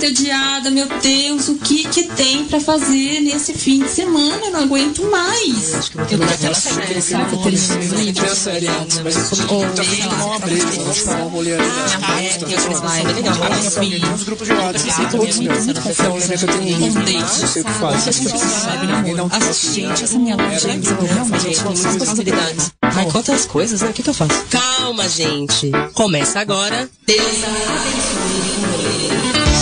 entediada, meu Deus, o que tem pra fazer nesse fim de semana? Eu não aguento mais. Acho que eu vou ter a série antes, mas eu tô uma breja, vou fazer um rolê ali. Os grupos de WhatsApp, todos, meu. É um evento que eu tenho livre, não sei o que faz. Gente, essa minha loja realmente muitas possibilidades. Ai, quantas coisas, né? O que eu faço? Calma, gente. Começa agora. Deus abençoe.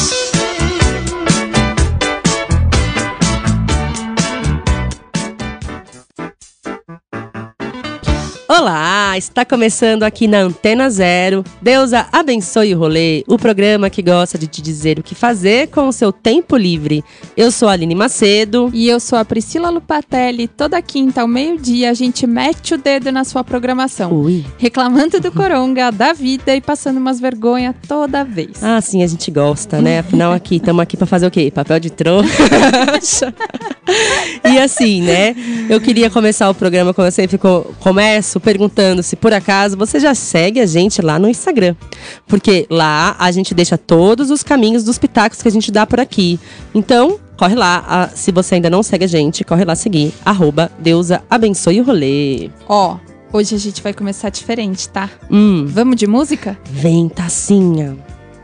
Olá, está começando aqui na Antena Zero, Deusa Abençoe o Rolê, o programa que gosta de te dizer o que fazer com o seu tempo livre. Eu sou a Aline Macedo. E eu sou a Priscila Lupatelli. Toda quinta ao meio-dia a gente mete o dedo na sua programação. Ui. Reclamando do coronga, da vida e passando umas vergonhas toda vez. Ah, sim, a gente gosta, né? Afinal, estamos aqui para fazer o quê? Papel de trouxa. E assim, né? Eu queria começar o programa, como eu sempre começo, perguntando se por acaso você já segue a gente lá no Instagram. Porque lá a gente deixa todos os caminhos dos pitacos que a gente dá por aqui. Então, corre lá. Se você ainda não segue a gente, corre lá seguir. @Deusa Abençoe o Rolê. Ó, hoje a gente vai começar diferente, tá? Vamos de música? Vem, Tacinha.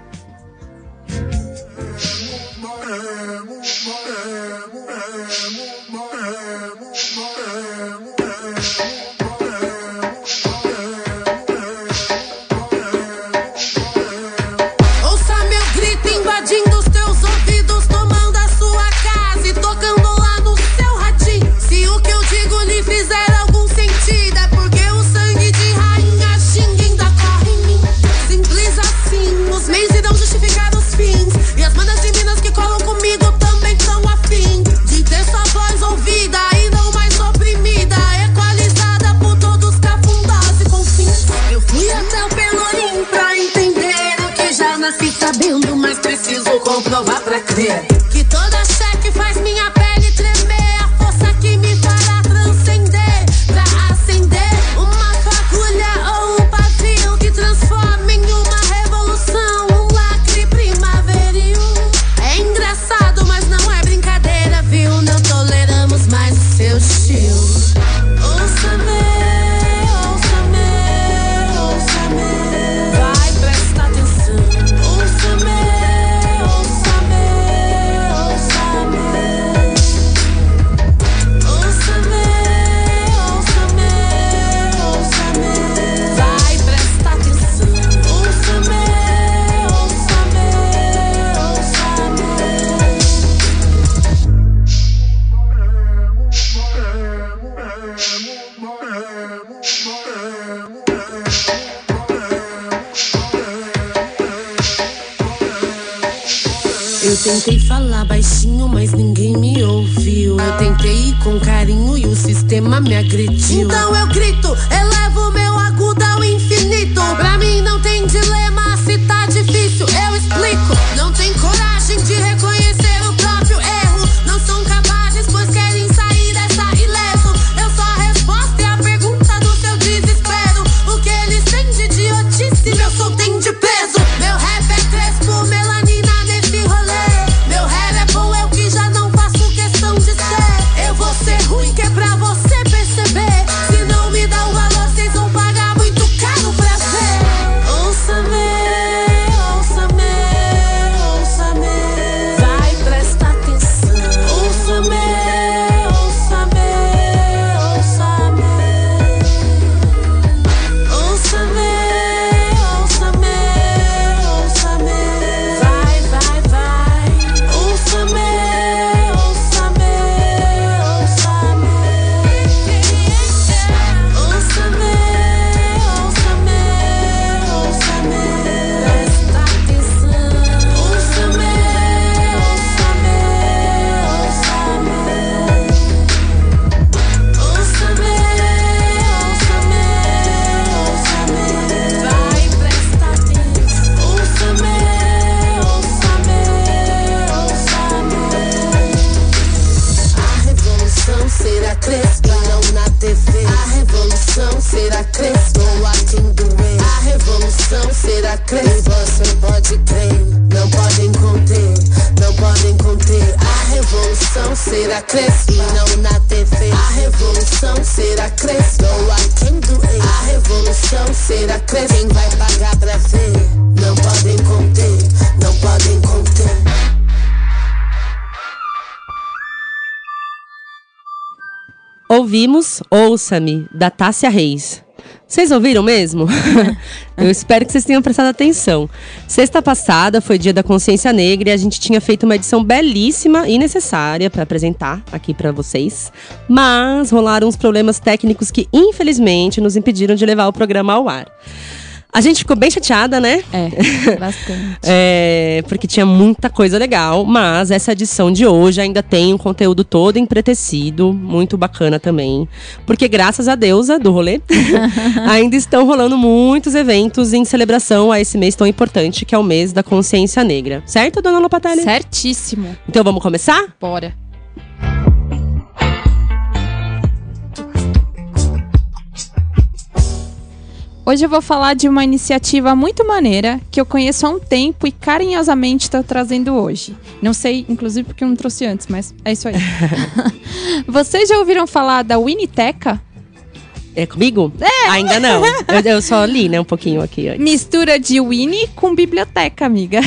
Sabendo, mas preciso comprovar pra crer que toda cheque faz minha pele tremer. A força que me fará transcender, pra acender uma fagulha ou um pavio que transforma em uma revolução, um lacre primaveril. É engraçado, mas não é brincadeira, viu? Não toleramos mais o seu estilo. Ouça-me. Eu tentei falar baixinho, mas ninguém me ouviu. Eu tentei ir com carinho e o sistema me agrediu. Então eu grito, elevo meu agudo ao infinito. Pra mim não tem dilema, se tá difícil eu explico. Não tem coragem de reconhecer o próprio erro. Não são capazes, pois querem sair dessa ileso. Eu sou a resposta e a pergunta do seu desespero. O que eles têm de idiotice, meu som tem de peso. Meu rap é crespo, melanina nesse rolê. Meu rap é bom, eu que já não faço questão de ser. Eu vou ser ruim, que é pra você perceber. Se não me dá o valor, vocês vão pagar muito caro pra ver. Ouça-me, ouça-me, ouça-me. Vai prestar atenção. Ouça-me, ouça-me, ouça-me. Ouça-me, ouça-me, ouça-me. Vai, vai, vai. Ouça-me, ouça-me, ouça-me. Ouça-me, ouça-me, ouça-me. Presta atenção. Ouça-me, ouça-me, ouça-me. Ouça-me, ouça-me, ouça-me. Vai prestar atenção. Ouça-me, ouça-me, ouça-me. A revolução será crespa, não na TV. A revolução será crespa, watching the way. A revolução será crespa, você pode crer, não podem conter. será crescer e não na TV. A revolução será crescer. No I can do it. A revolução será crescer. Quem vai pagar pra ver? Não podem conter, não podem conter. Ouvimos Ouça-me, da Tássia Reis. Vocês ouviram mesmo? Eu espero que vocês tenham prestado atenção. Sexta passada foi Dia da Consciência Negra e a gente tinha feito uma edição belíssima e necessária para apresentar aqui para vocês. Mas rolaram uns problemas técnicos que, infelizmente, nos impediram de levar o programa ao ar. A gente ficou bem chateada, né? Bastante. Porque tinha muita coisa legal, mas essa edição de hoje ainda tem um conteúdo todo empretecido, muito bacana também. Porque graças a deusa do rolê, ainda estão rolando muitos eventos em celebração a esse mês tão importante, que é o mês da Consciência Negra. Certo, dona Lopatelli? Certíssimo. Então vamos começar? Bora. Hoje eu vou falar de uma iniciativa muito maneira que eu conheço há um tempo e carinhosamente estou trazendo hoje. Não sei, inclusive, porque eu não trouxe antes, mas é isso aí. Vocês já ouviram falar da Winiteca? É comigo? Ainda não. Eu só li, né, um pouquinho aqui antes. Mistura de Winnie com biblioteca, amiga.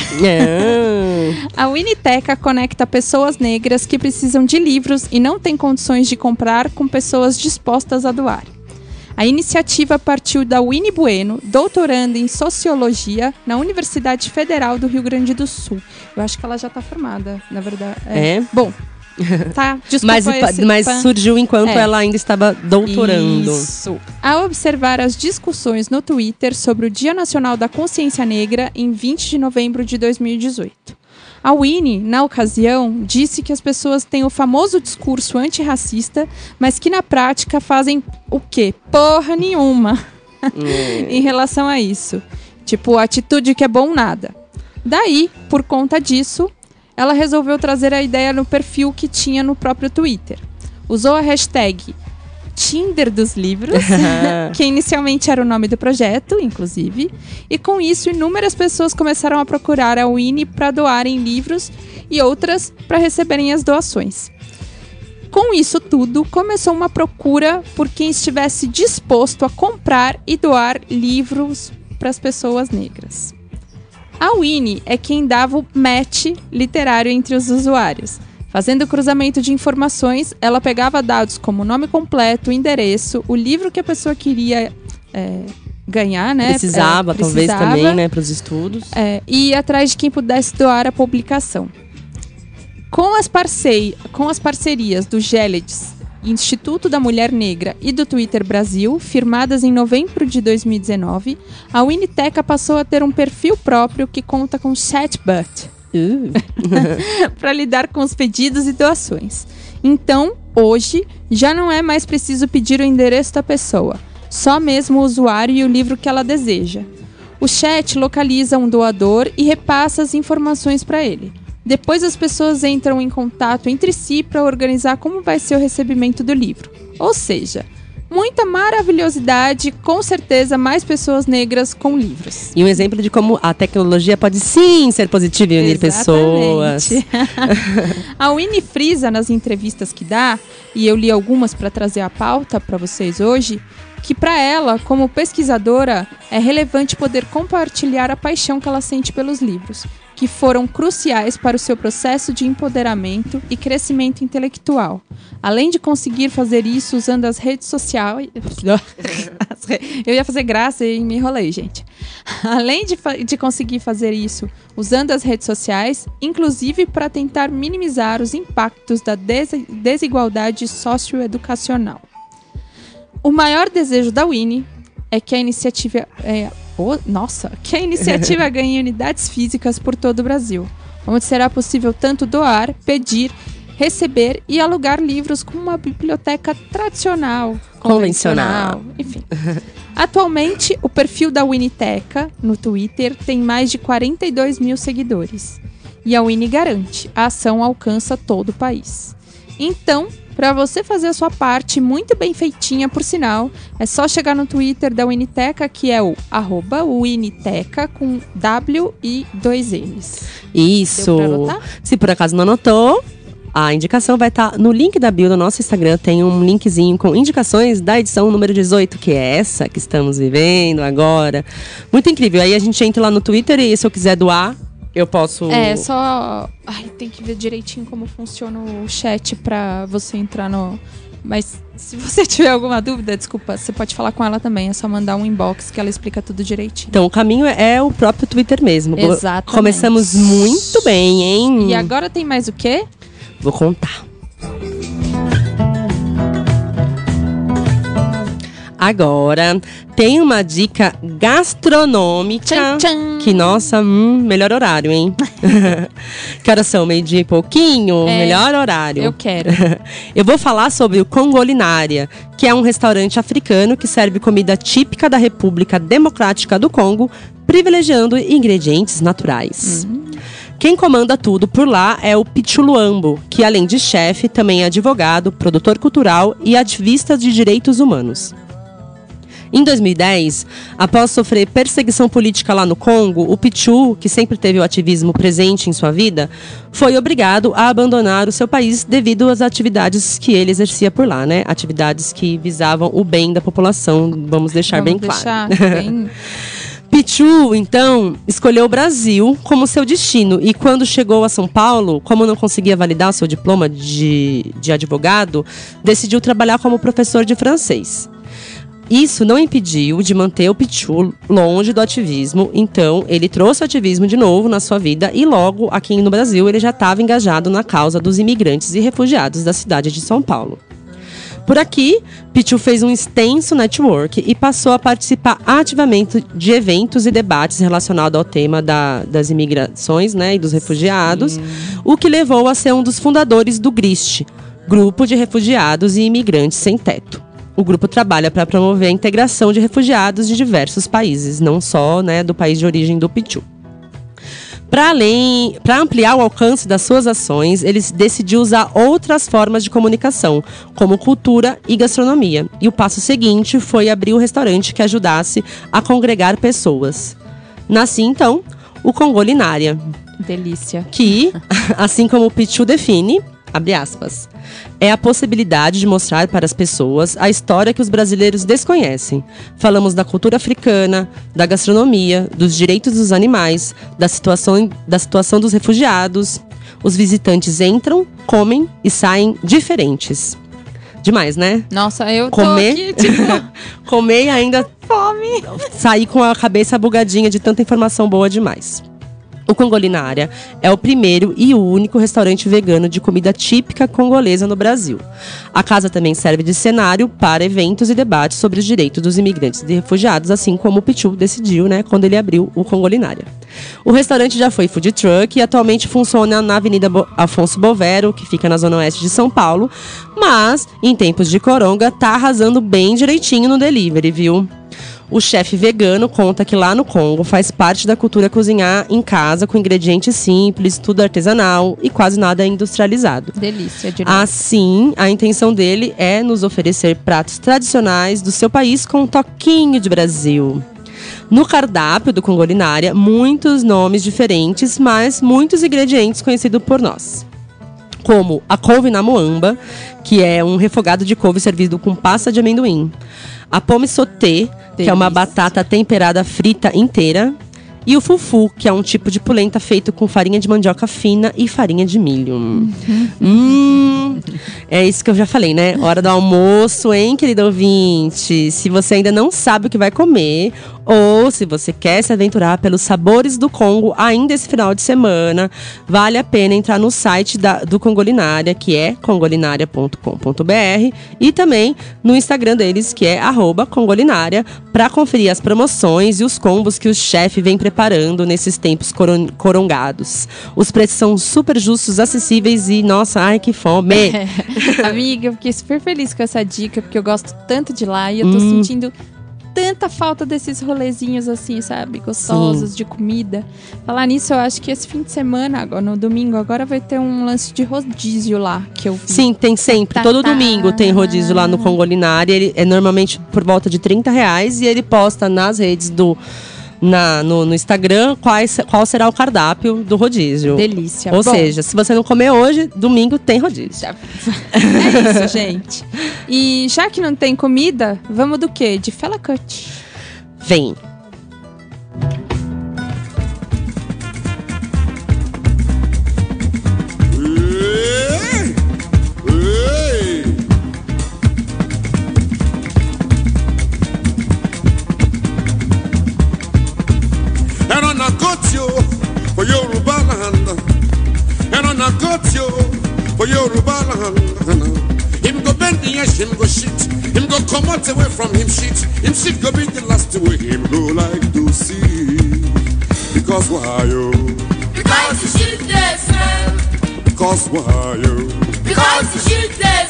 A Winiteca conecta pessoas negras que precisam de livros e não têm condições de comprar com pessoas dispostas a doar. A iniciativa partiu da Winnie Bueno, doutoranda em Sociologia na Universidade Federal do Rio Grande do Sul. Eu acho que ela já está formada, na verdade. Bom, tá, desculpa mas surgiu enquanto ela ainda estava doutorando. Isso. Ao observar as discussões no Twitter sobre o Dia Nacional da Consciência Negra em 20 de novembro de 2018. A Winnie, na ocasião, disse que as pessoas têm o famoso discurso antirracista, mas que na prática fazem o quê? Porra nenhuma em relação a isso. Tipo, atitude que é bom nada. Daí, por conta disso, ela resolveu trazer a ideia no perfil que tinha no próprio Twitter. Usou a hashtag Tinder dos livros, que inicialmente era o nome do projeto, inclusive, e com isso inúmeras pessoas começaram a procurar a Winnie para doarem livros e outras para receberem as doações. Com isso tudo, começou uma procura por quem estivesse disposto a comprar e doar livros para as pessoas negras. A Winnie é quem dava o match literário entre os usuários. Fazendo cruzamento de informações, ela pegava dados como nome completo, endereço, o livro que a pessoa queria ganhar, né? Precisava, talvez também, né, para os estudos. E ir atrás de quem pudesse doar a publicação. Com as parcerias do Gélides, Instituto da Mulher Negra e do Twitter Brasil, firmadas em novembro de 2019, a Winiteca passou a ter um perfil próprio que conta com chatbot. Para lidar com os pedidos e doações. Então, hoje, já não é mais preciso pedir o endereço da pessoa, só mesmo o usuário e o livro que ela deseja. O chat localiza um doador e repassa as informações para ele. Depois as pessoas entram em contato entre si para organizar como vai ser o recebimento do livro. Ou seja, muita maravilhosidade, com certeza mais pessoas negras com livros. E um exemplo de como a tecnologia pode sim ser positiva e unir pessoas. A Winnie frisa nas entrevistas que dá, e eu li algumas para trazer a pauta para vocês hoje, que para ela, como pesquisadora, é relevante poder compartilhar a paixão que ela sente pelos livros, que foram cruciais para o seu processo de empoderamento e crescimento intelectual. Além de conseguir fazer isso usando as redes sociais... Eu ia fazer graça e me enrolei, gente. Além de conseguir fazer isso usando as redes sociais, inclusive para tentar minimizar os impactos da desigualdade socioeducacional. O maior desejo da Winnie é que a iniciativa... que a iniciativa ganhe unidades físicas por todo o Brasil, onde será possível tanto doar, pedir, receber e alugar livros como uma biblioteca tradicional, convencional, enfim. Atualmente, o perfil da Winiteca no Twitter tem mais de 42 mil seguidores. E a Winnie garante, a ação alcança todo o país. Então, para você fazer a sua parte, muito bem feitinha, por sinal, é só chegar no Twitter da Winiteca, que é o @Winiteca com W e 2 N's. Isso. Deu pra anotar? Se por acaso não anotou, A indicação vai estar no link da bio do nosso Instagram. Tem um linkzinho com indicações da edição número 18, que é essa que estamos vivendo agora. Muito incrível. Aí a gente entra lá no Twitter e se eu quiser doar, eu posso... Só... Ai, tem que ver direitinho como funciona o chat pra você entrar no... Mas se você tiver alguma dúvida, desculpa, você pode falar com ela também. É só mandar um inbox que ela explica tudo direitinho. Então, o caminho é o próprio Twitter mesmo. Exatamente. Começamos muito bem, hein? E agora tem mais o quê? Vou contar. Agora, tem uma dica gastronômica. Tchan, tchan. Que, nossa, melhor horário, hein? Que horas são? Meio-dia e pouquinho? Melhor horário. Eu quero. Eu vou falar sobre o Congolinária, que é um restaurante africano que serve comida típica da República Democrática do Congo, privilegiando ingredientes naturais. Quem comanda tudo por lá é o Pichu Luambo, que além de chefe, também é advogado, produtor cultural e ativista de direitos humanos. Em 2010, após sofrer perseguição política lá no Congo, o Pichu, que sempre teve o ativismo presente em sua vida, foi obrigado a abandonar o seu país devido às atividades que ele exercia por lá, né? Atividades que visavam o bem da população, vamos deixar bem claro. Pichu, então, escolheu o Brasil como seu destino e quando chegou a São Paulo, como não conseguia validar o seu diploma de advogado, decidiu trabalhar como professor de francês. Isso não impediu de manter o Pichu longe do ativismo, então ele trouxe o ativismo de novo na sua vida e logo aqui no Brasil ele já estava engajado na causa dos imigrantes e refugiados da cidade de São Paulo. Por aqui, Pichu fez um extenso network e passou a participar ativamente de eventos e debates relacionados ao tema das imigrações, né, e dos refugiados, o que levou a ser um dos fundadores do GRIST, Grupo de Refugiados e Imigrantes Sem Teto. O grupo trabalha para promover a integração de refugiados de diversos países, não só, né, do país de origem do Pichu. Para ampliar o alcance das suas ações, ele decidiu usar outras formas de comunicação, como cultura e gastronomia. E o passo seguinte foi abrir um restaurante que ajudasse a congregar pessoas. Nasce, então, o Congolinária. Delícia. Que, assim como o Pichu define, abre aspas, é a possibilidade de mostrar para as pessoas a história que os brasileiros desconhecem. Falamos da cultura africana, da gastronomia, dos direitos dos animais, da situação dos refugiados. Os visitantes entram, comem e saem diferentes. Demais, né? Nossa, eu tô aqui, tipo... Comer e ainda... Fome! Sair com a cabeça bugadinha de tanta informação boa demais. O Congolinária é o primeiro e o único restaurante vegano de comida típica congolesa no Brasil. A casa também serve de cenário para eventos e debates sobre os direitos dos imigrantes e refugiados, assim como o Pichu decidiu, né, quando ele abriu o Congolinária. O restaurante já foi food truck e atualmente funciona na Avenida Afonso Bovero, que fica na zona oeste de São Paulo, mas, em tempos de coronga, tá arrasando bem direitinho no delivery, viu? O chefe vegano conta que lá no Congo faz parte da cultura cozinhar em casa com ingredientes simples, tudo artesanal e quase nada industrializado. Delícia, de Assim, a intenção dele é nos oferecer pratos tradicionais do seu país com um toquinho de Brasil. No cardápio do Congolinária, muitos nomes diferentes, mas muitos ingredientes conhecidos por nós. Como a couve na moamba, que é um refogado de couve servido com pasta de amendoim. A pomme sauté, que é uma batata temperada frita inteira. E o fufu, que é um tipo de polenta feito com farinha de mandioca fina e farinha de milho. É isso que eu já falei, né? Hora do almoço, hein, querido ouvinte? Se você ainda não sabe o que vai comer, ou se você quer se aventurar pelos sabores do Congo ainda esse final de semana, vale a pena entrar no site do Congolinária, que é congolinária.com.br, e também no Instagram deles, que é @congolinária, para conferir as promoções e os combos que o chefe vem preparando nesses tempos corongados. Os preços são super justos, acessíveis e, nossa, ai que fome! Amiga, eu fiquei super feliz com essa dica, porque eu gosto tanto de lá e eu tô sentindo tanta falta desses rolezinhos assim, sabe? Gostosos, de comida. Falar nisso, eu acho que esse fim de semana, agora, no domingo, agora vai ter um lance de rodízio lá, que eu vi. Sim, tem sempre. Todo domingo tem rodízio lá no Congolinária. Ele é normalmente por volta de R$30 e ele posta nas redes no Instagram qual será o cardápio do rodízio. Delícia. Ou Bom, seja, se você não comer hoje, domingo tem rodízio. é isso, gente. E já que não tem comida, vamos do quê? De Fela Cut. Vem. For Yoruba land, and on a cut you for Yoruba land. Him go bend the edge, him go shit, him go come out away from him shit go be the last way him go like to see. Because why you? Because the shit they smell. Because why you? Because the shit they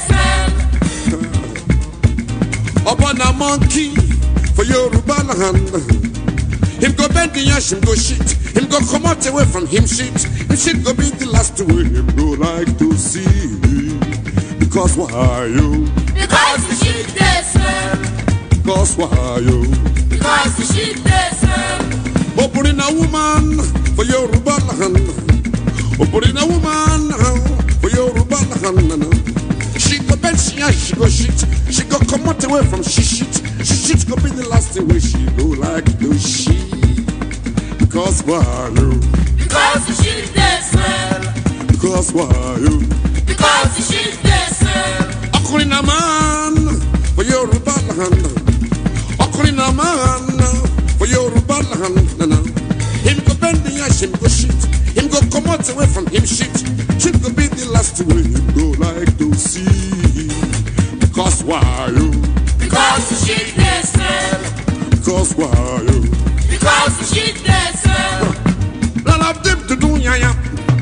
smell. Upon a monkey for Yoruba land. Him go bend the ash, him go shit. Him go come out away from him shit. Him shit go be the last way him go like to see. Because why you? Because the shit they smell. Because why you? Because the shit they smell. Opening a woman for Yoruba land. Opening a woman for Yoruba land. She go bend, she go shit. She go come out away from she shit. She shit go be the last way she go like to she. Because why you? Because the shit they smell. Because why you? Because the shit they smell. Okulina man for Yoruba land. Okulina man for Yoruba land. Him go bend the ash, him go shit. Him go come out away from him shit. Shit go be the last way him go like to see. Because why you? Because the shit they smell. Because why you? Because the shit they smell. None of them to do ya.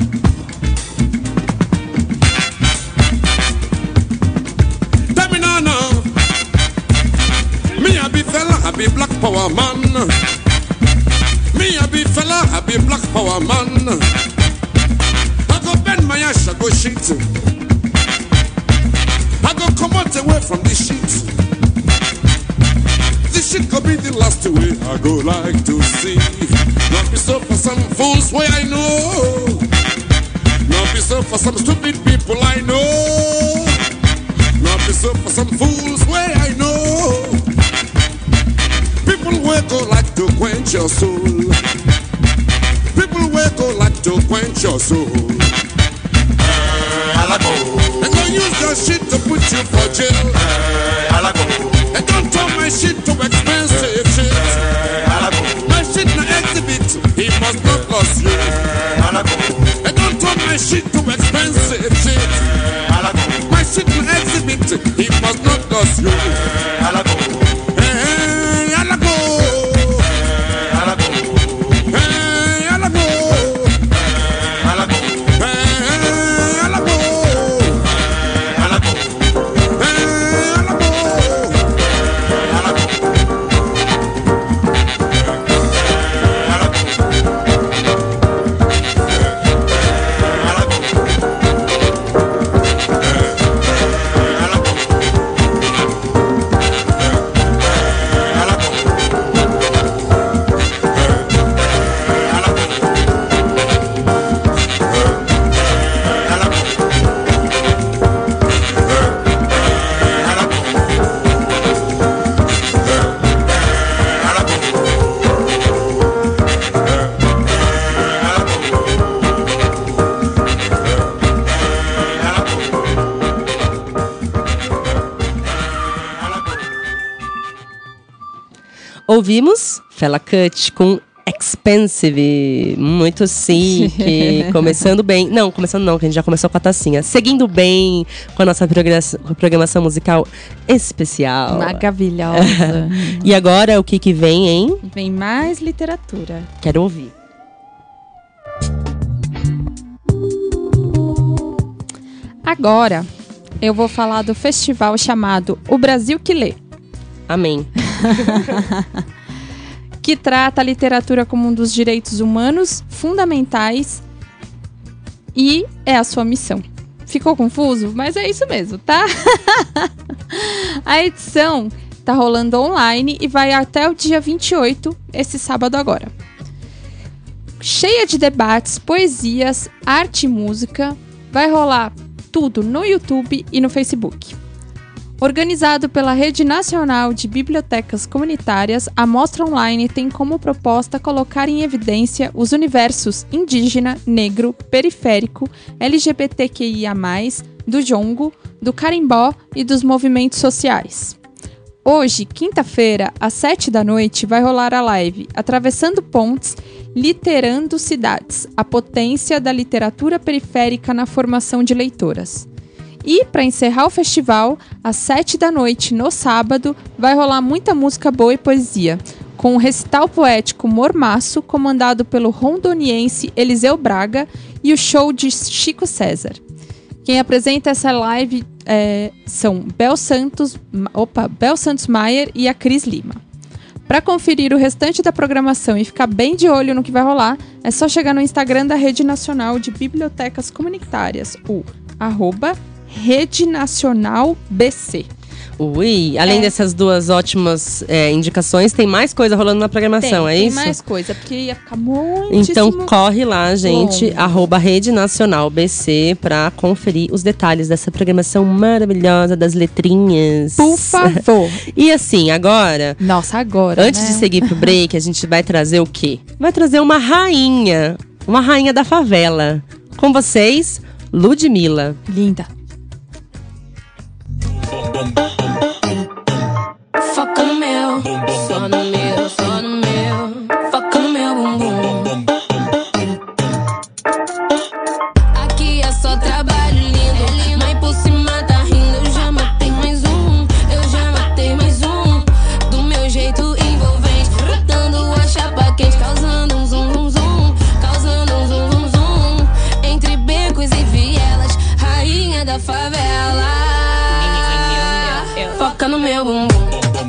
Tell me now. Me a be fella, I be black power man. Me a be fella, I be black power man. I go bend my ass, I go shit. I go come out away from this shit. This shit could be the last way I go like to see. Not be so for some fools way I know. Not be so for some stupid people I know. Not be so for some fools way I know. People will go like to quench your soul. People will go like to quench your soul. They gon' use your shit to put you for jail. And don't turn my shit to expensive shit. My shit no exhibit, he must not lose you. And don't turn my shit to expensive shit. My shit no exhibit, he must not lose you. Hey, alago. Hey, alago. Ouvimos Fela Cut com Expensive, muito chique, começando bem. Não, começando não, que a gente já começou com a tacinha. Seguindo bem com a nossa programação musical especial. Maravilhosa. E agora, o que vem, hein? Vem mais literatura. Quero ouvir. Agora, eu vou falar do festival chamado O Brasil que Lê. Amém. Que trata a literatura como um dos direitos humanos fundamentais e é a sua missão. Ficou confuso? Mas é isso mesmo, tá? A edição Tá rolando online e vai até o dia 28, esse sábado agora. Cheia de debates, poesias, arte e música. Vai rolar tudo no YouTube e no Facebook. Organizado pela Rede Nacional de Bibliotecas Comunitárias, a mostra online tem como proposta colocar em evidência os universos indígena, negro, periférico, LGBTQIA+, do jongo, do carimbó e dos movimentos sociais. Hoje, quinta-feira, às 19h, vai rolar a live Atravessando Pontes, Literando Cidades, a potência da literatura periférica na formação de leitoras. E, para encerrar o festival, às 19h, no sábado, vai rolar muita música boa e poesia, com o recital poético Mormaço, comandado pelo rondoniense Eliseu Braga, e o show de Chico César. Quem apresenta essa live são Bel Santos Maier e a Cris Lima. Para conferir o restante da programação e ficar bem de olho no que vai rolar, é só chegar no Instagram da Rede Nacional de Bibliotecas Comunitárias, o @Rede Nacional BC. Ui, além dessas duas ótimas indicações, tem mais coisa rolando na programação, é isso? Tem mais coisa, porque ia ficar muitíssimo... Então corre lá, gente, @Rede Nacional BC, pra conferir os detalhes dessa programação maravilhosa das letrinhas. Por favor. E assim, agora... Nossa, agora, antes de seguir pro break, a gente vai trazer o quê? Vai trazer uma rainha da favela. Com vocês, Ludmilla. Linda. Foca no meu, só no meu, só no meu. Foca no meu bumbum. Aqui é só trabalho lindo, mas por cima tá rindo. Eu já matei mais um, eu já matei mais um. Do meu jeito envolvente, botando a chapa quente, causando um zum zum zum, causando um zum zum zum. Entre becos e vielas, rainha da favela. Foca no meu bumbum.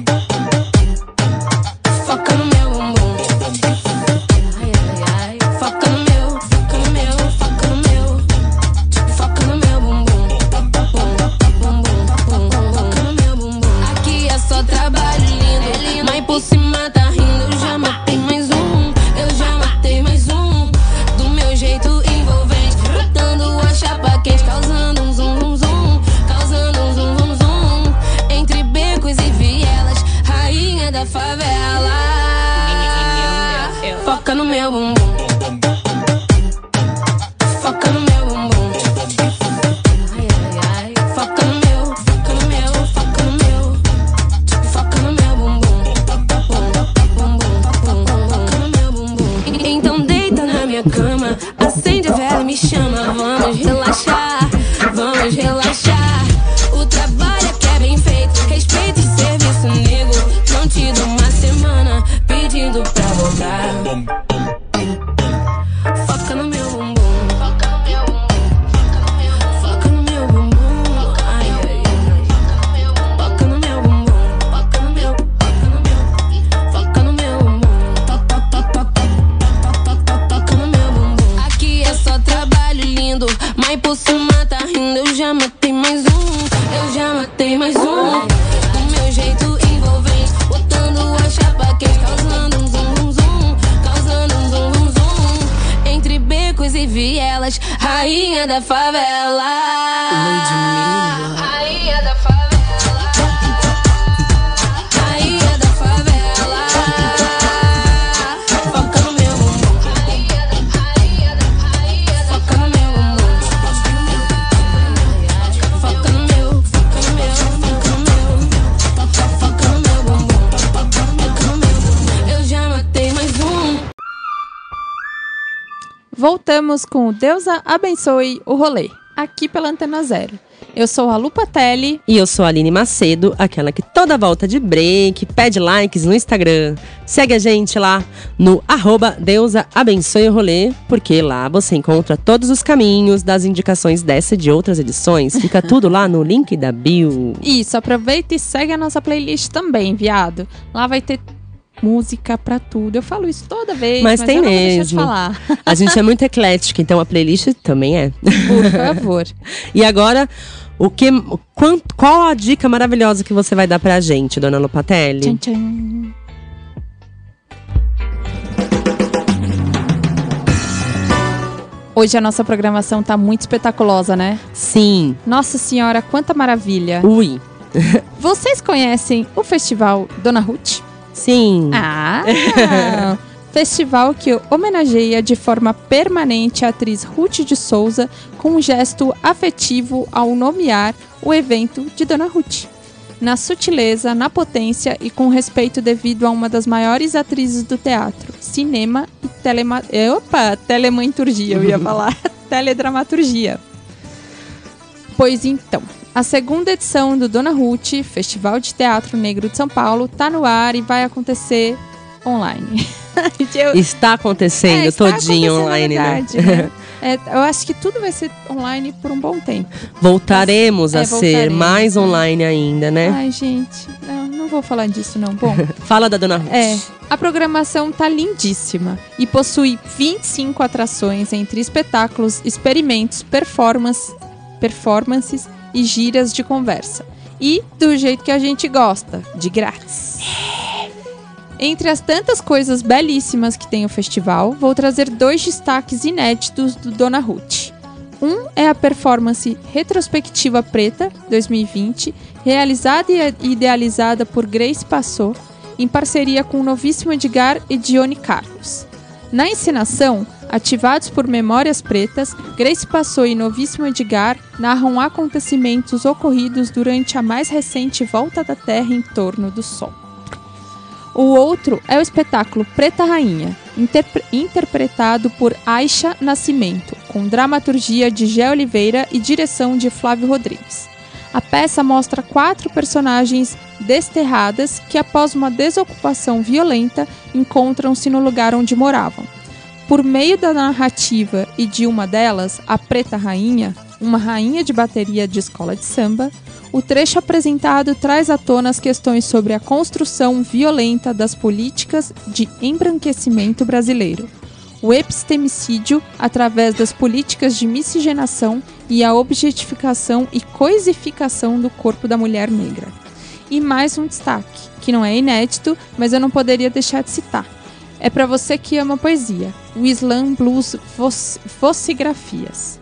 Foca no meu bumbum. Ai, ai, ai. Foca no meu, foca no meu, foca no meu. Foca no meu bumbum. Foca no meu bumbum. Aqui é só trabalho lindo, mas por cima tá rindo. Eu já matei mais um, eu já matei mais um. Do meu jeito envolvente, botando a chapa quente, causando um zum zum zum, causando um zum zum zum. Entre becos e vielas, rainha da favela. Foca no meu bumbum. Foca no meu bumbum. Ai, ai, ai. Foca no meu, foca no meu, foca no meu. Foca no meu bumbum. Foca no meu bumbum. Então deita na minha cama, acende a vela e me chama. Vamos relaxar, vamos relaxar. O trabalho aqui é bem feito, respeito e serviço nego. Não te dou uma semana pedindo pra voltar. Foca no meu bumbum. Foca no meu bumbum. Foca no meu bumbum. Ai, ai, ai. Foca no meu bumbum. Foca no meu, foca no meu bumbum. Foca no meu bumbum. Aqui é só trabalho lindo, mas por cima tá rindo. Eu já matei mais um, eu já matei mais um. Do meu jeito envolvente, botando a chapa quente, causando um zum zum zum, causando um zum zum zum. Entre becos e vielas, rainha da favela. Rainha da favela. Rainha da favela. Foca no meu bumbum. Foca no meu bumbum. Foca no meu, foca no meu, foca no meu. Foca no meu bumbum. Foca no meu bumbum. Eu já matei mais um. Voltamos com o Deus Abençoe o Rolê, aqui pela Antena Zero. Eu sou a Lu Patelli. E eu sou a Aline Macedo, aquela que toda volta de break pede likes no Instagram. Segue a gente lá no @Deusa Abençoe o Rolê, porque lá você encontra todos os caminhos das indicações dessa e de outras edições. Fica tudo lá no link da bio. Isso, aproveita e segue a nossa playlist também, viado. Lá vai ter música pra tudo. Eu falo isso toda vez, mas tem eu não vou deixar de mesmo. falar. A gente é muito eclética, então a playlist também é. Por favor. E agora, Qual a dica maravilhosa que você vai dar pra gente, dona Lopatelli? Tchan, tchan. Hoje a nossa programação tá muito espetaculosa, né? Sim. Nossa senhora, quanta maravilha. Ui. Vocês conhecem o festival Dona Ruth? Sim. Festival que homenageia de forma permanente a atriz Ruth de Souza com um gesto afetivo ao nomear o evento de Dona Ruth. Na sutileza, na potência e com respeito devido a uma das maiores atrizes do teatro, cinema e telematurgia, eu ia falar, teledramaturgia. Pois então, a segunda edição do Dona Ruth, Festival de Teatro Negro de São Paulo, tá no ar e vai acontecer online. Está acontecendo todinho online, verdade, né? Eu acho que tudo vai ser online por um bom tempo. Voltaremos a ser mais online ainda, né? Ai, gente, não vou falar disso não. Bom, fala da Dona Ruth. A programação tá lindíssima e possui 25 atrações entre espetáculos, experimentos, performances e giras de conversa. E do jeito que a gente gosta, de grátis. Entre as tantas coisas belíssimas que tem o festival, vou trazer 2 destaques inéditos do Dona Ruth. Um é a performance Retrospectiva Preta 2020, realizada e idealizada por Grace Passot, em parceria com o novíssimo Edgar e Dione Carlos. Na encenação, ativados por Memórias Pretas, Grace Passot e novíssimo Edgar narram acontecimentos ocorridos durante a mais recente volta da Terra em torno do Sol. O outro é o espetáculo Preta Rainha, interpretado por Aisha Nascimento, com dramaturgia de Gé Oliveira e direção de Flávio Rodrigues. A peça mostra 4 personagens desterradas que, após uma desocupação violenta, encontram-se no lugar onde moravam. Por meio da narrativa e de uma delas, a Preta Rainha, uma rainha de bateria de escola de samba, o trecho apresentado traz à tona as questões sobre a construção violenta das políticas de embranquecimento brasileiro, o epistemicídio através das políticas de miscigenação e a objetificação e coisificação do corpo da mulher negra. E mais um destaque, que não é inédito, mas eu não poderia deixar de citar. É para você que ama poesia, o Slam Blues Vocigrafias.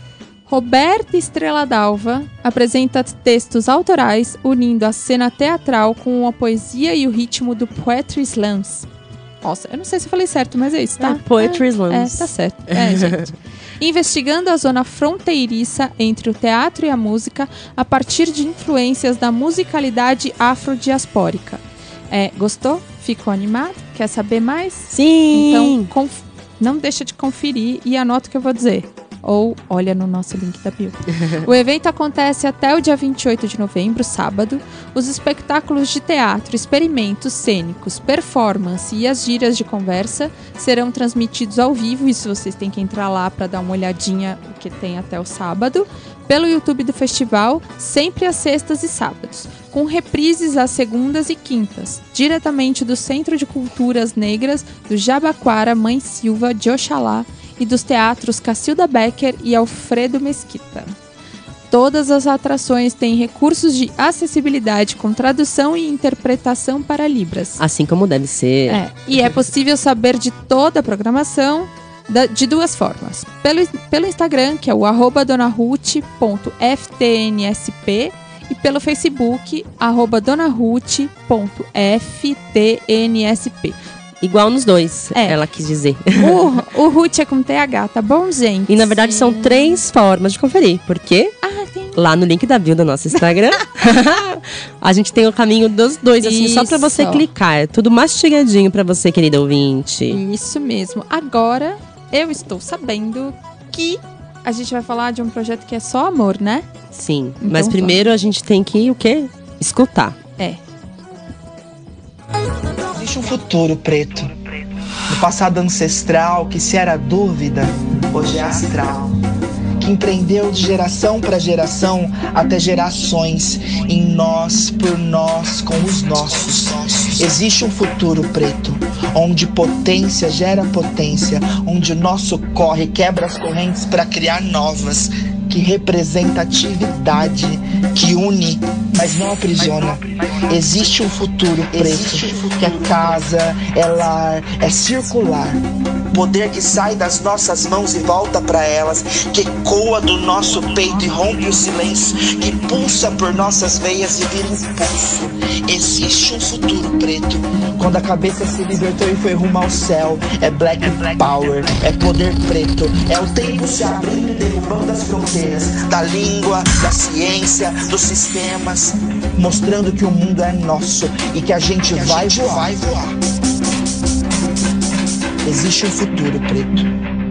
Roberta Estrela Dalva apresenta textos autorais unindo a cena teatral com a poesia e o ritmo do Poetry Slams. Nossa, eu não sei se eu falei certo, mas é isso, tá? Poetry Slams. Tá certo. Gente. Investigando a zona fronteiriça entre o teatro e a música a partir de influências da musicalidade afrodiaspórica. Gostou? Ficou animado? Quer saber mais? Sim! Então, não deixa de conferir e anota o que eu vou dizer. Ou olha no nosso link da bio. O evento acontece até o dia 28 de novembro, sábado. Os espetáculos de teatro, experimentos cênicos, performance e as giras de conversa serão transmitidos ao vivo. Isso vocês têm que entrar lá para dar uma olhadinha o que tem até o sábado. Pelo YouTube do festival, sempre às sextas e sábados, com reprises às segundas e quintas, diretamente do Centro de Culturas Negras do Jabaquara Mãe Silva de Oxalá e dos teatros Cacilda Becker e Alfredo Mesquita. Todas as atrações têm recursos de acessibilidade com tradução e interpretação para Libras. Assim como deve ser. E é possível saber de toda a programação de 2 formas. Pelo Instagram, que é o @donaruth.ftnsp, e pelo Facebook, @donaruth.ftnsp. Igual nos dois, ela quis dizer. O Ruth é com TH, tá bom, gente? E na verdade são 3 formas de conferir. Por quê? Tem. Lá no link da bio do nosso Instagram, a gente tem o caminho dos 2, assim, só pra você clicar. É tudo mastigadinho pra você, querida ouvinte. Isso mesmo. Agora, eu estou sabendo que a gente vai falar de um projeto que é só amor, né? Sim, então, mas primeiro a gente tem que, o quê? Escutar. Existe um futuro preto, no passado ancestral que se era dúvida, hoje é astral, que empreendeu de geração para geração até gerações, em nós, por nós, com os nossos. Existe um futuro preto, onde potência gera potência, onde o nosso corre quebra as correntes para criar novas. Que representatividade, que une, mas não aprisiona. Existe um futuro preto, que é casa, é lar, é circular. Poder que sai das nossas mãos e volta para elas, que ecoa do nosso peito e rompe o silêncio, que pulsa por nossas veias e vira um pulso. Existe um futuro preto, quando a cabeça se libertou e foi rumo ao céu. É Black Power, é poder preto, é o tempo se abrindo e derrubando as fronteiras da língua, da ciência, dos sistemas, mostrando que o mundo é nosso e que a gente vai voar. Existe um futuro preto.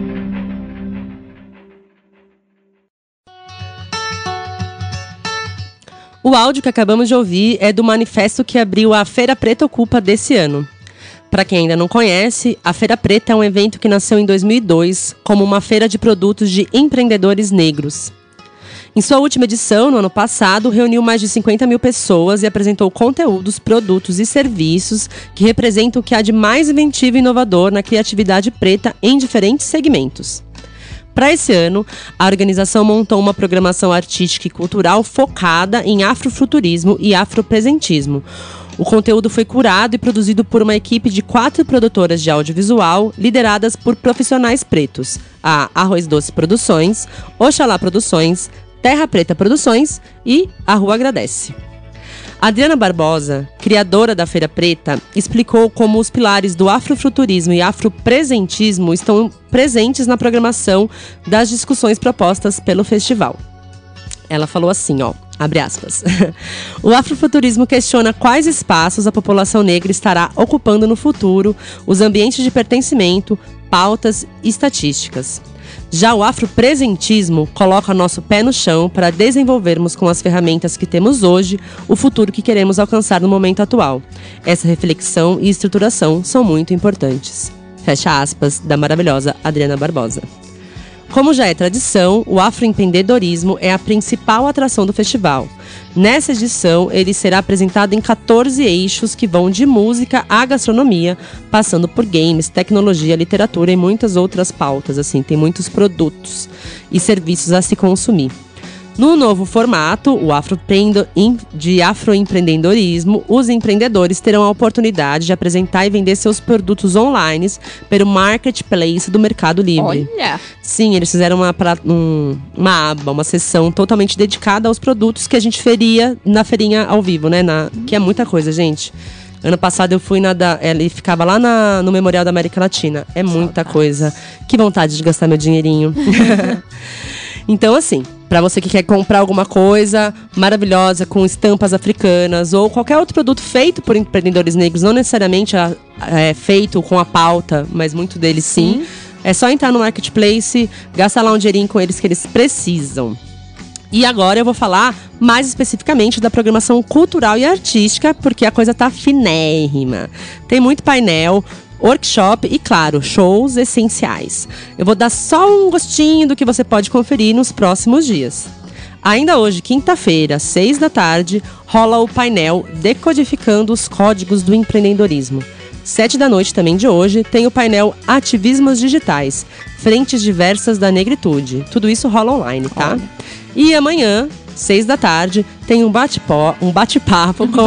O áudio que acabamos de ouvir é do manifesto que abriu a Feira Preta Ocupa desse ano. Para quem ainda não conhece, a Feira Preta é um evento que nasceu em 2002 como uma feira de produtos de empreendedores negros. Em sua última edição, no ano passado, reuniu mais de 50 mil pessoas e apresentou conteúdos, produtos e serviços que representam o que há de mais inventivo e inovador na criatividade preta em diferentes segmentos. Para esse ano, a organização montou uma programação artística e cultural focada em afrofuturismo e afropresentismo. O conteúdo foi curado e produzido por uma equipe de 4 produtoras de audiovisual, lideradas por profissionais pretos: a Arroz Doce Produções, Oxalá Produções, Terra Preta Produções e a Rua Agradece. Adriana Barbosa, criadora da Feira Preta, explicou como os pilares do afrofuturismo e afropresentismo estão presentes na programação das discussões propostas pelo festival. Ela falou assim, abre aspas. O afrofuturismo questiona quais espaços a população negra estará ocupando no futuro, os ambientes de pertencimento, pautas e estatísticas. Já o afropresentismo coloca nosso pé no chão para desenvolvermos com as ferramentas que temos hoje o futuro que queremos alcançar no momento atual. Essa reflexão e estruturação são muito importantes. Fecha aspas, da maravilhosa Adriana Barbosa. Como já é tradição, o afroempreendedorismo é a principal atração do festival. Nessa edição, ele será apresentado em 14 eixos que vão de música à gastronomia, passando por games, tecnologia, literatura e muitas outras pautas. Assim, tem muitos produtos e serviços a se consumir. No novo formato, o de afroempreendedorismo, os empreendedores terão a oportunidade de apresentar e vender seus produtos online pelo marketplace do Mercado Livre. Olha! Sim, eles fizeram uma aba, uma sessão totalmente dedicada aos produtos que a gente feria na feirinha ao vivo, né? Que é muita coisa, gente. Ano passado eu fui ele ficava lá no Memorial da América Latina. É muita coisa. Que vontade de gastar meu dinheirinho. Então, assim, para você que quer comprar alguma coisa maravilhosa com estampas africanas ou qualquer outro produto feito por empreendedores negros, não necessariamente feito com a pauta, mas muito deles sim, é só entrar no Marketplace, gastar lá um dinheirinho com eles que eles precisam. E agora eu vou falar mais especificamente da programação cultural e artística, porque a coisa tá finérrima. Tem muito painel, workshop e, claro, shows essenciais. Eu vou dar só um gostinho do que você pode conferir nos próximos dias. Ainda hoje, quinta-feira, 6 da tarde, rola o painel Decodificando os Códigos do Empreendedorismo. 7 da noite também de hoje, tem o painel Ativismos Digitais, Frentes Diversas da Negritude. Tudo isso rola online, tá? E amanhã, 6 da tarde, tem um bate-papo com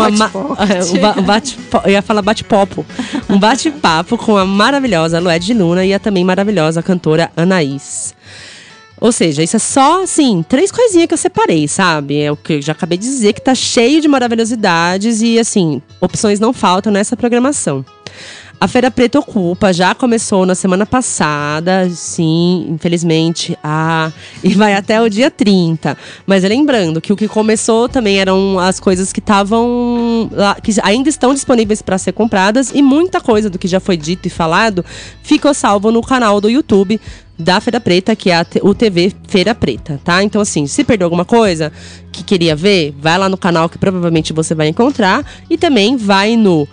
eu ia falar bate-popo. Um bate-papo com a maravilhosa Lued Luna e a também maravilhosa cantora Anaís. Ou seja, isso é só, assim, 3 coisinhas que eu separei, sabe? É o que eu já acabei de dizer, que tá cheio de maravilhosidades e, assim, opções não faltam nessa programação. A Feira Preta Ocupa já começou na semana passada, sim, infelizmente, e vai até o dia 30. Mas lembrando que o que começou também eram as coisas que estavam lá, que ainda estão disponíveis para ser compradas, e muita coisa do que já foi dito e falado ficou salvo no canal do YouTube da Feira Preta, que é o TV Feira Preta, tá? Então, assim, se perdeu alguma coisa que queria ver, vai lá no canal que provavelmente você vai encontrar, e também vai no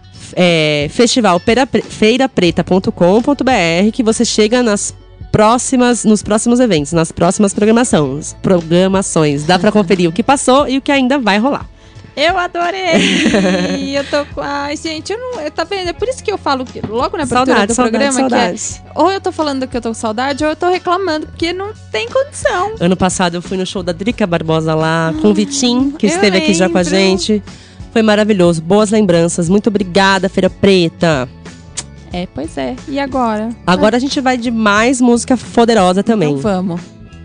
festivalfeirapreta.com.br, que você chega nos próximos eventos, nas próximas programações. Dá pra conferir o que passou e o que ainda vai rolar. Eu adorei! Eu tô com... Ai, gente, tá vendo? É por isso que eu falo que logo na abertura do programa saudades. Que ou eu tô falando que eu tô com saudade, ou eu tô reclamando, porque não tem condição. Ano passado eu fui no show da Drica Barbosa lá, com o Vitinho, que esteve aqui já com a gente. Foi maravilhoso, boas lembranças. Muito obrigada, Feira Preta. Pois é. E agora? Agora a gente vai de mais música poderosa também. Então vamos.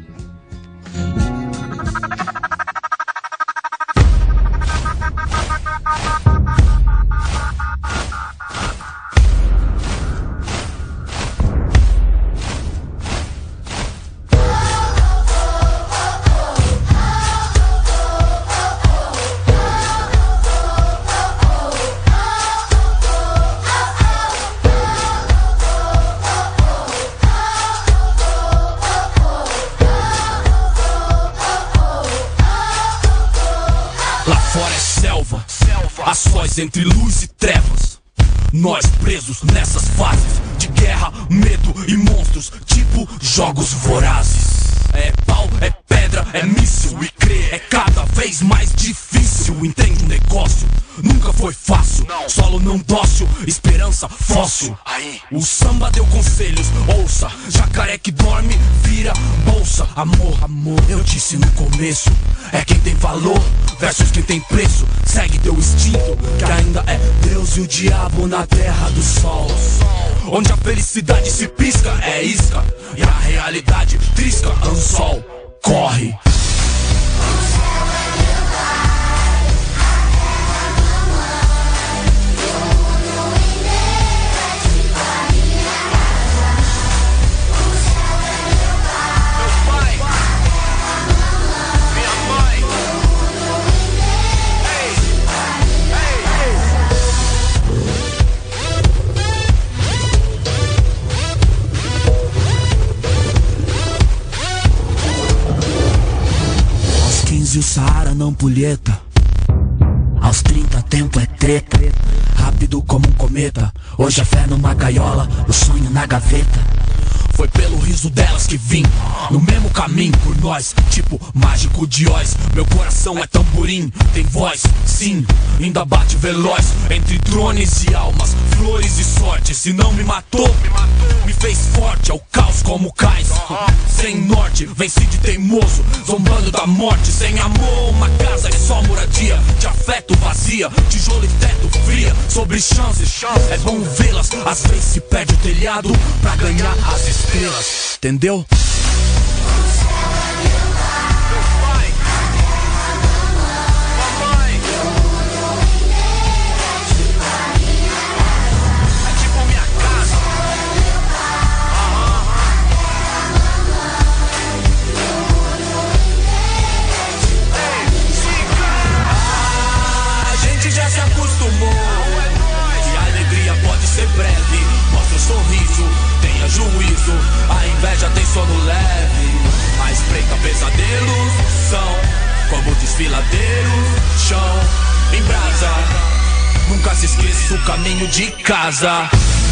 Entre luz e trevas, nós presos nessas fases de guerra, medo e monstros, tipo jogos vorazes. É pau, é pedra, é míssil e crer é cada vez mais difícil. Entende o negócio? Nunca foi fácil, solo não dócil, esperança fóssil. O samba deu conselhos, ouça, jacaré que dorme vira bolsa. Amor, amor, eu disse no começo, é quem tem valor versus quem tem preço. Segue teu instinto, que ainda é Deus e o diabo na terra do sol. Onde a felicidade se pisca, é isca, e a realidade trisca, anzol, corre. E o Saara não pulheta. Aos 30 tempo é treta. Rápido como um cometa. Hoje a fé numa gaiola, o sonho na gaveta. Foi pelo riso delas que vim, no mesmo caminho por nós, tipo mágico de Oz. Meu coração é tamborim, tem voz, sim, ainda bate veloz. Entre drones e almas, flores e sorte. Se não me matou, me fez forte. É o caos como cais, sem norte, venci de teimoso, zombando da morte. Sem amor, uma casa é só moradia, de afeto vazia, tijolo e teto fria. Sobre chances, é bom vê-las. Às vezes se perde o telhado pra ganhar as estrelas, entendeu? Juízo, a inveja tem sono leve, a espreita pesadelos são como desfiladeiros, chão em brasa. Nunca se esqueça o caminho de casa.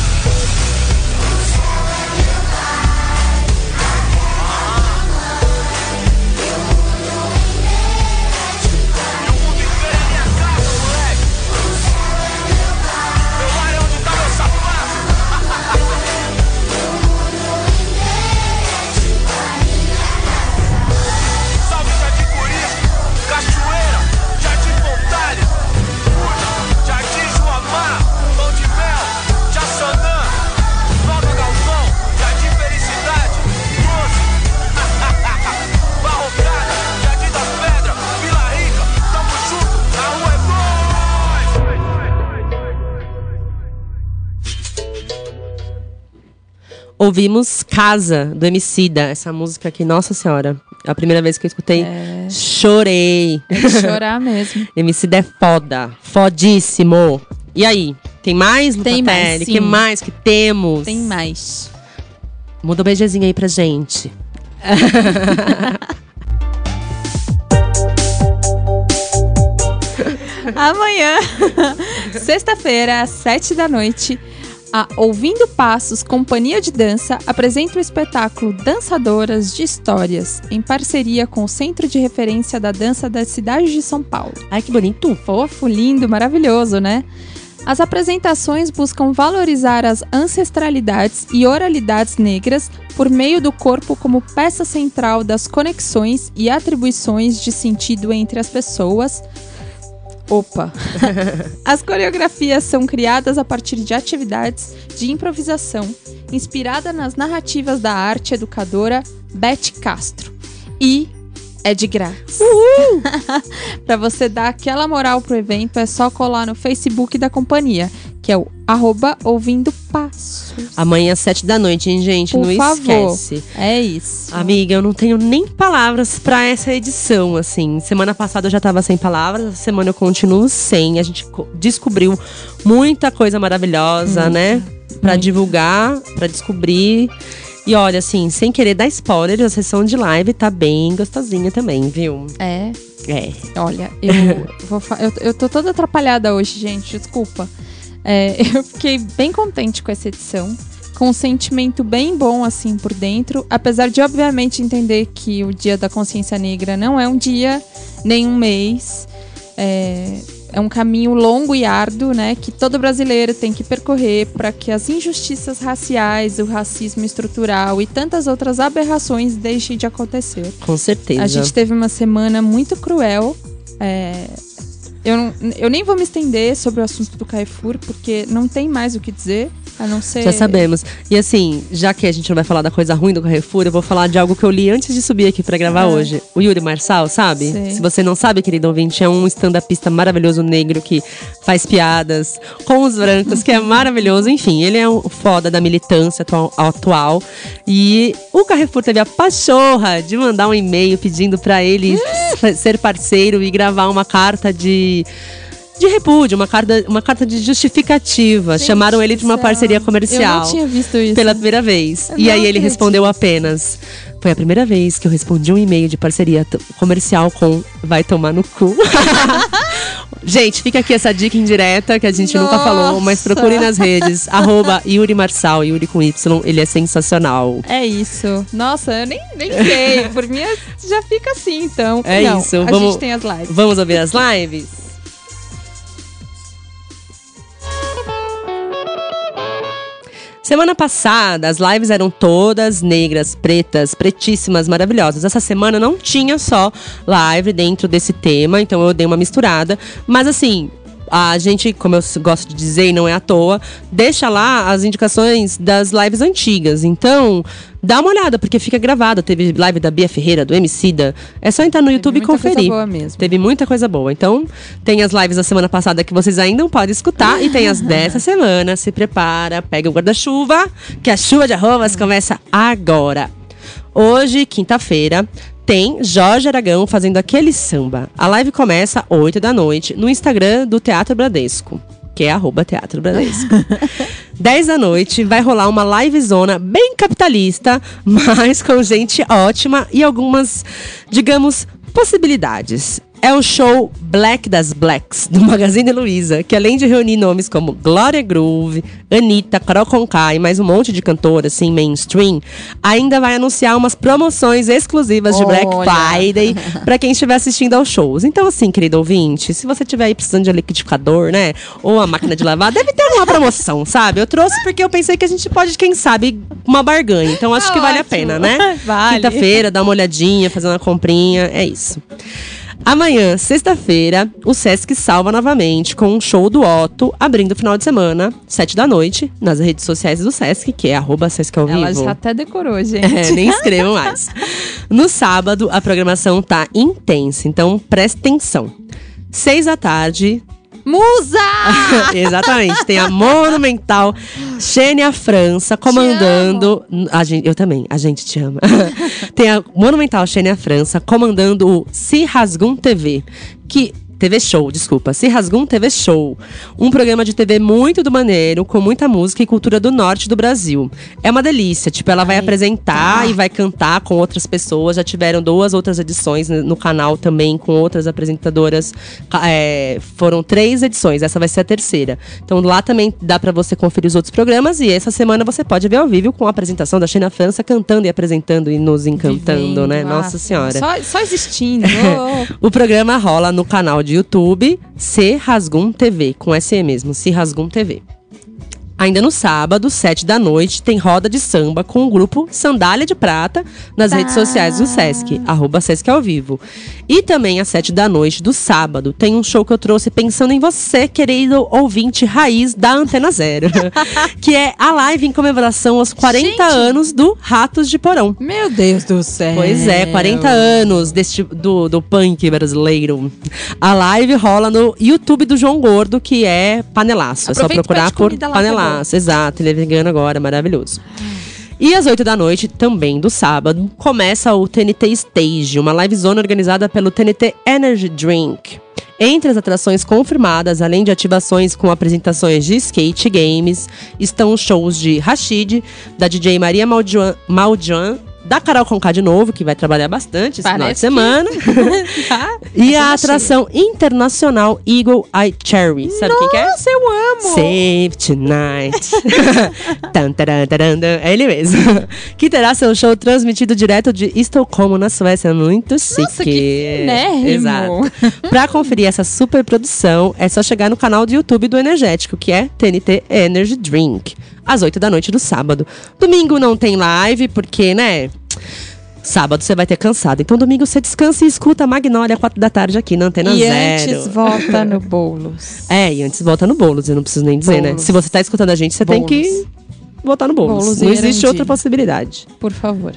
Ouvimos Casa, do Emicida. Essa música aqui, nossa senhora, a primeira vez que eu escutei, chorei. É de chorar mesmo. Emicida é foda, fodíssimo. E aí, tem mais, Tem mais, Lupatelli? sim. Que mais que temos? Tem mais. Muda um beijezinho aí pra gente. Amanhã, sexta-feira, às 7 da noite, A Ouvindo Passos, Companhia de Dança, apresenta o espetáculo Dançadoras de Histórias, em parceria com o Centro de Referência da Dança da cidade de São Paulo. Ai, que bonito. Fofo, lindo, maravilhoso, né? As apresentações buscam valorizar as ancestralidades e oralidades negras por meio do corpo como peça central das conexões e atribuições de sentido entre as pessoas. As coreografias são criadas a partir de atividades de improvisação, inspirada nas narrativas da arte educadora Beth Castro. E é de grátis. Pra você dar aquela moral pro evento, é só colar no Facebook da companhia, que é o @OuvindoPassos. Amanhã às 7 da noite, hein, gente? Por não favor. esquece. É isso. Amiga, eu não tenho nem palavras pra essa edição, assim. Semana passada eu já tava sem palavras, essa semana eu continuo sem. A gente descobriu muita coisa maravilhosa, né? Pra divulgar, pra descobrir. E olha, assim, sem querer dar spoiler, a sessão de live tá bem gostosinha também, viu? É. Olha, eu tô toda atrapalhada hoje, gente, desculpa. Eu fiquei bem contente com essa edição, com um sentimento bem bom, assim, por dentro. Apesar de, obviamente, entender que o Dia da Consciência Negra não é um dia, nem um mês. É um caminho longo e árduo, né, que todo brasileiro tem que percorrer para que as injustiças raciais, o racismo estrutural e tantas outras aberrações deixem de acontecer. Com certeza. A gente teve uma semana muito cruel. Eu nem vou me estender sobre o assunto do Carrefour, porque não tem mais o que dizer, a não ser... Já sabemos. E assim, já que a gente não vai falar da coisa ruim do Carrefour, eu vou falar de algo que eu li antes de subir aqui pra gravar hoje. O Yuri Marçal, sabe? Sim. Se você não sabe, querido ouvinte, é um stand-upista maravilhoso negro que faz piadas com os brancos, que é maravilhoso. Enfim, ele é um foda da militância atual. E o Carrefour teve a pachorra de mandar um e-mail pedindo pra ele ser parceiro e gravar uma carta de repúdio, uma carta de justificativa. Gente, chamaram ele de uma parceria comercial. Eu não tinha visto isso. Pela primeira vez. E aí ele respondeu apenas: foi a primeira vez que eu respondi um e-mail de parceria comercial com vai tomar no cu. Gente, fica aqui essa dica indireta que a gente nunca falou, mas procure nas redes. @Yuri Marçal, Yuri com Y, ele é sensacional. É isso. Nossa, eu nem sei. Por mim já fica assim, então. É não, isso. A gente tem as lives. Vamos ouvir as lives? Semana passada, as lives eram todas negras, pretas, pretíssimas, maravilhosas. Essa semana não tinha só live dentro desse tema, então eu dei uma misturada. Mas assim, a gente, como eu gosto de dizer, e não é à toa, deixa lá as indicações das lives antigas. Então, dá uma olhada, porque fica gravado. Teve live da Bia Ferreira, do Emicida. É só entrar no YouTube e conferir. Teve muita coisa boa mesmo. Teve muita coisa boa. Então, tem as lives da semana passada que vocês ainda não podem escutar. E tem as dessa semana. Se prepara, pega o guarda-chuva, que a chuva de arrobas começa agora. Hoje, quinta-feira, tem Jorge Aragão fazendo aquele samba. A live começa às 8 da noite no Instagram do Teatro Bradesco, que é @Teatro Bradesco. 10 da noite vai rolar uma livezona bem capitalista, mas com gente ótima e algumas, digamos, possibilidades. É o show Black das Blacks, do Magazine Luiza, que além de reunir nomes como Glória Groove, Anitta, Carol Conká e mais um monte de cantoras, assim, mainstream, ainda vai anunciar umas promoções exclusivas de Black Friday pra quem estiver assistindo aos shows. Então, assim, querido ouvinte, se você estiver aí precisando de liquidificador, né, ou a máquina de lavar, deve ter uma promoção, sabe? Eu trouxe porque eu pensei que a gente pode, quem sabe, uma barganha. Então, acho que vale a pena, né? Vale. Quinta-feira, dar uma olhadinha, fazer uma comprinha, é isso. Amanhã, sexta-feira, o Sesc salva novamente com um show do Otto, abrindo o final de semana, 7 da noite, nas redes sociais do Sesc, que é @Sesc ao Vivo. Ela já até decorou, gente. Nem escrevam mais. No sábado, a programação tá intensa, então preste atenção. 6 da tarde... Musa! Exatamente, tem a monumental Xênia França comandando. Eu também, a gente te ama. Tem a monumental Xênia França comandando o Se Rasgum TV, que TV Show, desculpa. Se Rasgum TV Show. Um programa de TV muito do maneiro, com muita música e cultura do norte do Brasil. É uma delícia. Tipo, ela vai apresentar e vai cantar com outras pessoas. Já tiveram 2 outras edições no canal também, com outras apresentadoras. Foram 3 edições, essa vai ser a 3ª. Então lá também dá pra você conferir os outros programas. E essa semana você pode ver ao vivo com a apresentação da Sheena França cantando e apresentando e nos encantando, né? Nossa Senhora. Só existindo. O programa rola no canal de YouTube Se Rasgum TV, com SE mesmo, Se Rasgum TV. Ainda no sábado, 7 da noite, tem roda de samba com o grupo Sandália de Prata nas redes sociais do Sesc, @Sesc ao vivo. E também às 7 da noite do sábado, tem um show que eu trouxe pensando em você, querido ouvinte raiz da Antena Zero. Que é a live em comemoração aos 40 anos do Ratos de Porão. Meu Deus do céu. Pois é, 40 anos do punk brasileiro. A live rola no YouTube do João Gordo, que é Panelaço. É só procurar por Panelaço. Exato, ele é vegano agora, maravilhoso. E às 8 da noite, também do sábado, começa o TNT Stage, uma livezona organizada pelo TNT Energy Drink. Entre as atrações confirmadas, além de ativações com apresentações de skate e games, estão os shows de Rashid, da DJ Maria Maldian, da Carol Conká de novo, que vai trabalhar bastante esse final de semana. E a atração internacional Eagle Eye Cherry. Sabe quem que é? Nossa, eu amo! Save Tonight. É ele mesmo. Que terá seu show transmitido direto de Estocolmo, na Suécia. Muito chique. Nossa, que finérrimo. Exato. Pra conferir essa super produção, é só chegar no canal do YouTube do Energético, que é TNT Energy Drink, às 8 da noite do sábado. Domingo não tem live, porque, né? Sábado você vai ter cansado. Então domingo você descansa e escuta a Magnólia 4 da tarde aqui na Antena Zero. E antes volta no Boulos. E antes volta no Boulos. Eu não preciso nem dizer, né? Se você tá escutando a gente, você tem que voltar no Boulos. Não existe outra possibilidade. Por favor.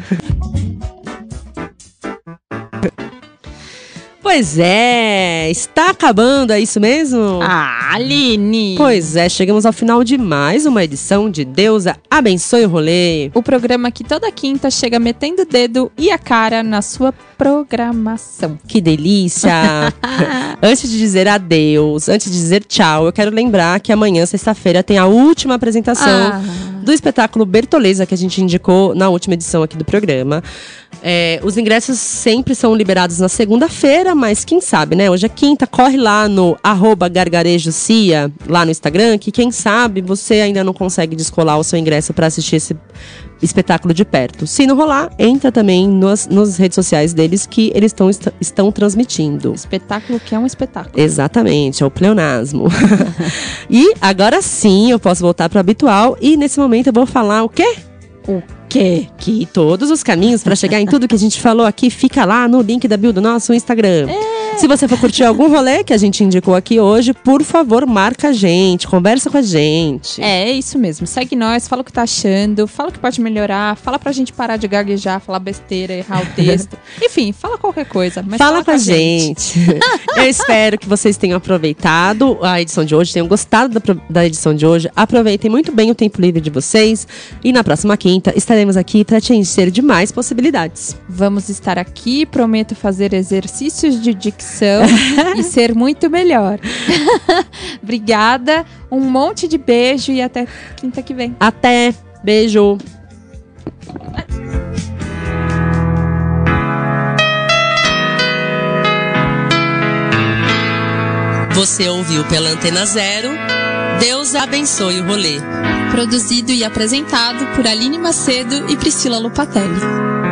Pois é, está acabando, é isso mesmo? Aline! Pois é, chegamos ao final de mais uma edição de Deusa Abençoe o Rolê. O programa que toda quinta chega metendo o dedo e a cara na sua programação. Que delícia! Antes de dizer adeus, antes de dizer tchau, eu quero lembrar que amanhã, sexta-feira, tem a última apresentação do espetáculo Bertoleza, que a gente indicou na última edição aqui do programa. Os ingressos sempre são liberados na segunda-feira, mas quem sabe, né? Hoje é quinta, corre lá no @gargarejocia, lá no Instagram, que quem sabe você ainda não consegue descolar o seu ingresso para assistir esse espetáculo de perto. Se não rolar, entra também nas redes sociais deles, que eles estão transmitindo. Espetáculo que é um espetáculo. Exatamente, é o pleonasmo. E agora sim eu posso voltar para o habitual, e nesse momento eu vou falar o quê? O quê? Que todos os caminhos para chegar em tudo que a gente falou aqui fica lá no link da bio do nosso Instagram. Se você for curtir algum rolê que a gente indicou aqui hoje, por favor, marca a gente, conversa com a gente. É isso mesmo, segue nós, fala o que tá achando, fala o que pode melhorar, fala pra gente parar de gaguejar, falar besteira, errar o texto. Enfim, fala qualquer coisa, mas fala com a gente. Eu espero que vocês tenham aproveitado a edição de hoje, tenham gostado da edição de hoje. Aproveitem muito bem o tempo livre de vocês, e na próxima quinta estaremos aqui para te encher de mais possibilidades. Vamos estar aqui, prometo fazer exercícios de dicção e ser muito melhor. Obrigada, um monte de beijo e até quinta que vem. Até, beijo. Você ouviu pela Antena Zero Deus Abençoe o Rolê. Produzido e apresentado por Aline Macedo e Priscila Lupatelli.